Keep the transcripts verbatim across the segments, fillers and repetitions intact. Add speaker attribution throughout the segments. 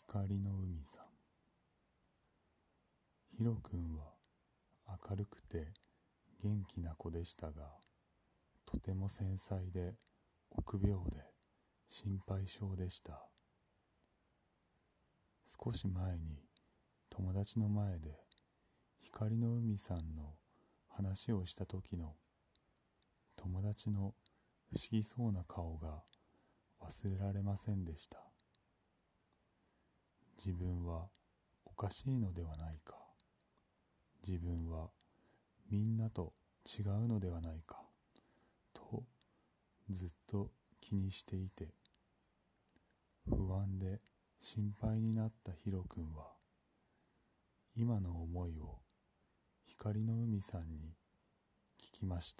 Speaker 1: 光の海さん。ヒロ君は明るくて元気な子でしたが、とても繊細で臆病で心配性でした。少し前に友達の前で光の海さんの話をした時の友達の不思議そうな顔が忘れられませんでした。自分はおかしいのではないか、自分はみんなと違うのではないかとずっと気にしていて、不安で心配になったヒロ君は今の思いを光の海さんに聞きました。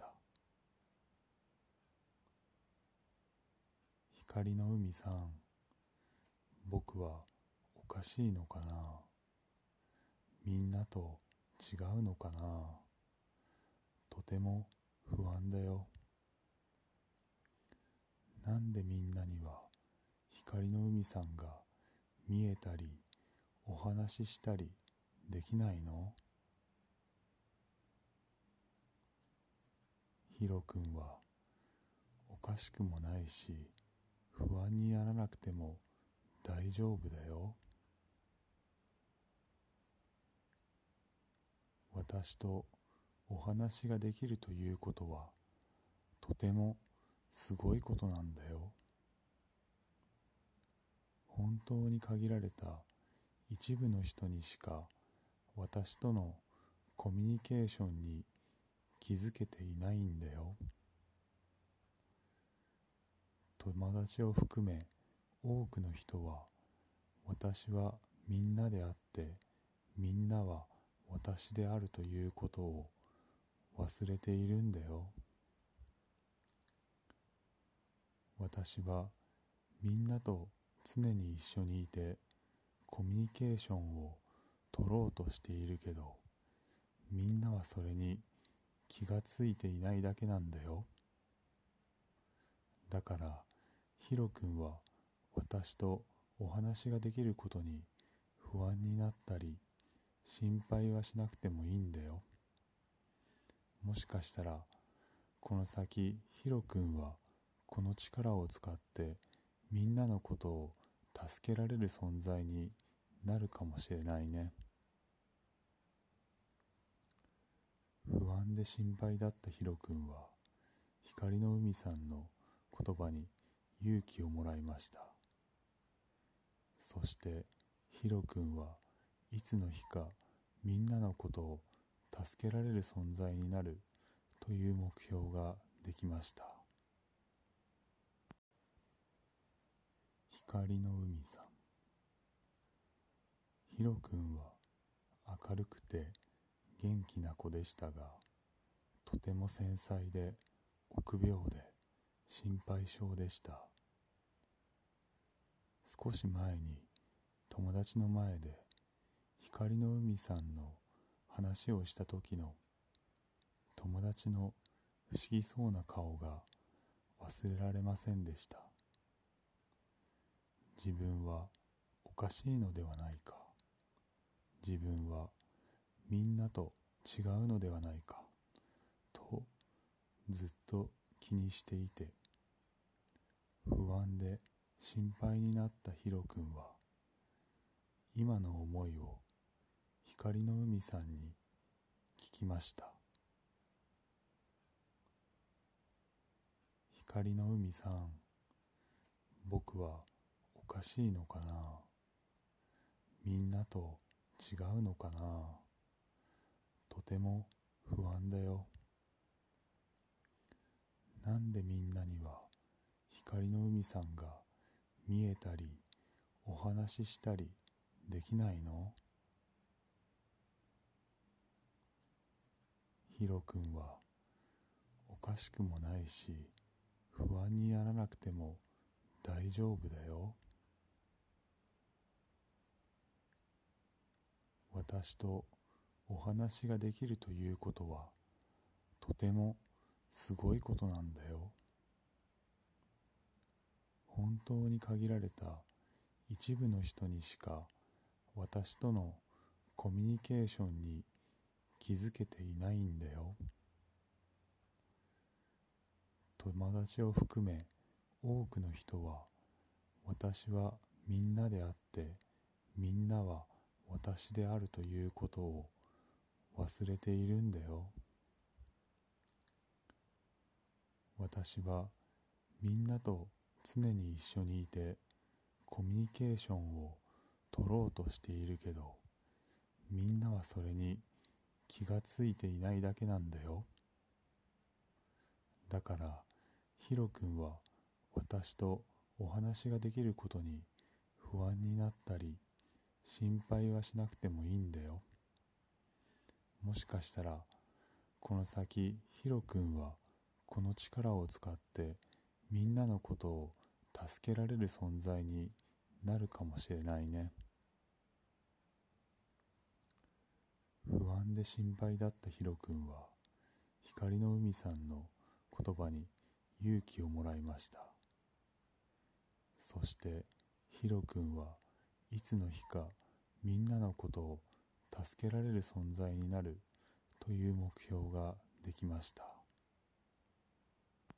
Speaker 1: 光の海さん、僕はおかしいのかな、みんなと違うのかな、とても不安だよ。なんでみんなには光の海さんが見えたりお話ししたりできないの？ヒロ君はおかしくもないし、不安にならなくても大丈夫だよ。私とお話ができるということはとてもすごいことなんだよ。本当に限られた一部の人にしか私とのコミュニケーションに気づけていないんだよ。友達を含め多くの人は私はみんなであってみんなは私であるということを忘れているんだよ。私はみんなと常に一緒にいてコミュニケーションを取ろうとしているけど、みんなはそれに気がついていないだけなんだよ。だからヒロ君は私とお話ができることに不安になったり心配はしなくてもいいんだよ。もしかしたらこの先ヒロ君はこの力を使ってみんなのことを助けられる存在になるかもしれないね。不安で心配だったヒロ君は光の海さんの言葉に勇気をもらいました。そしてヒロ君はいつの日かみんなのことを助けられる存在になるという目標ができました。光の海さん。ヒロ君は明るくて元気な子でしたが、とても繊細で臆病で心配性でした。少し前に友達の前で光の海さんの話をした時の友達の不思議そうな顔が忘れられませんでした。自分はおかしいのではないか、自分はみんなと違うのではないかとずっと気にしていて、不安で心配になったヒロ君は今の思いを光の海さんに聞きました。光の海さん、僕はおかしいのかな、みんなと違うのかな、とても不安だよ。なんでみんなには光の海さんが見えたりお話ししたりできないの？ヒロ君はおかしくもないし、不安にならなくても大丈夫だよ。私とお話ができるということはとてもすごいことなんだよ。本当に限られた一部の人にしか私とのコミュニケーションに気づけていないんだよ。友達を含め多くの人は、私はみんなであってみんなは私であるということを忘れているんだよ。私はみんなと常に一緒にいてコミュニケーションを取ろうとしているけど、みんなはそれに気がついていないだけなんだよ。だからヒロ君は私とお話ができることに不安になったり心配はしなくてもいいんだよ。もしかしたらこの先ヒロ君はこの力を使ってみんなのことを助けられる存在になるかもしれないね。不安で心配だったヒロ君は光の海さんの言葉に勇気をもらいました。そしてヒロ君はいつの日かみんなのことを助けられる存在になるという目標ができました。